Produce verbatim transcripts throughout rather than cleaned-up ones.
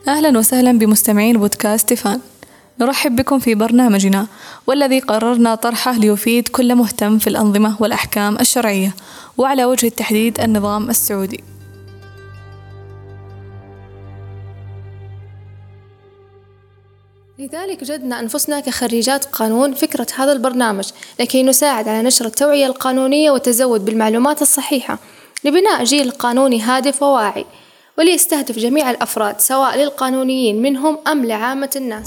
أهلا وسهلا بمستمعين بودكاست تيفان. نرحب بكم في برنامجنا والذي قررنا طرحه ليفيد كل مهتم في الأنظمة والأحكام الشرعية، وعلى وجه التحديد النظام السعودي. لذلك جدنا أنفسنا كخريجات قانون فكرة هذا البرنامج لكي نساعد على نشر التوعية القانونية والتزود بالمعلومات الصحيحة لبناء جيل قانوني هادف وواعي، وليستهدف جميع الأفراد سواء للقانونيين منهم أم لعامة الناس.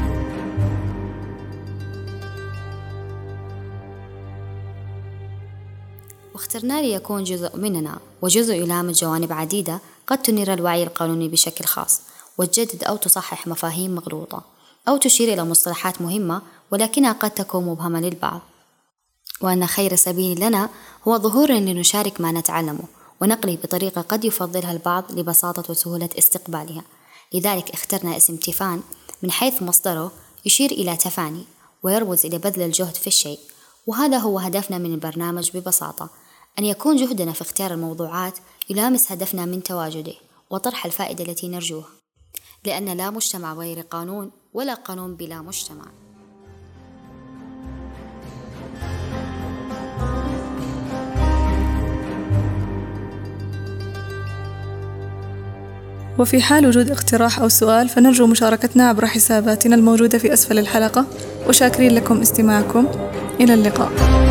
واخترنا ليكون جزء مننا وجزء يلامس جوانب عديدة قد تنير الوعي القانوني بشكل خاص، وتجدد أو تصحح مفاهيم مغلوطة، أو تشير إلى مصطلحات مهمة ولكنها قد تكون مبهمة للبعض، وأن خير سبيل لنا هو ظهور لنشارك ما نتعلمه ونقله بطريقة قد يفضلها البعض لبساطة وسهولة استقبالها. لذلك اخترنا اسم تيفان من حيث مصدره يشير إلى تفاني ويرمز إلى بذل الجهد في الشيء، وهذا هو هدفنا من البرنامج ببساطة، أن يكون جهدنا في اختيار الموضوعات يلامس هدفنا من تواجده وطرح الفائدة التي نرجوها، لأن لا مجتمع غير قانون ولا قانون بلا مجتمع. وفي حال وجود اقتراح أو سؤال فنرجو مشاركتنا عبر حساباتنا الموجودة في أسفل الحلقة، وشاكرين لكم استماعكم. إلى اللقاء.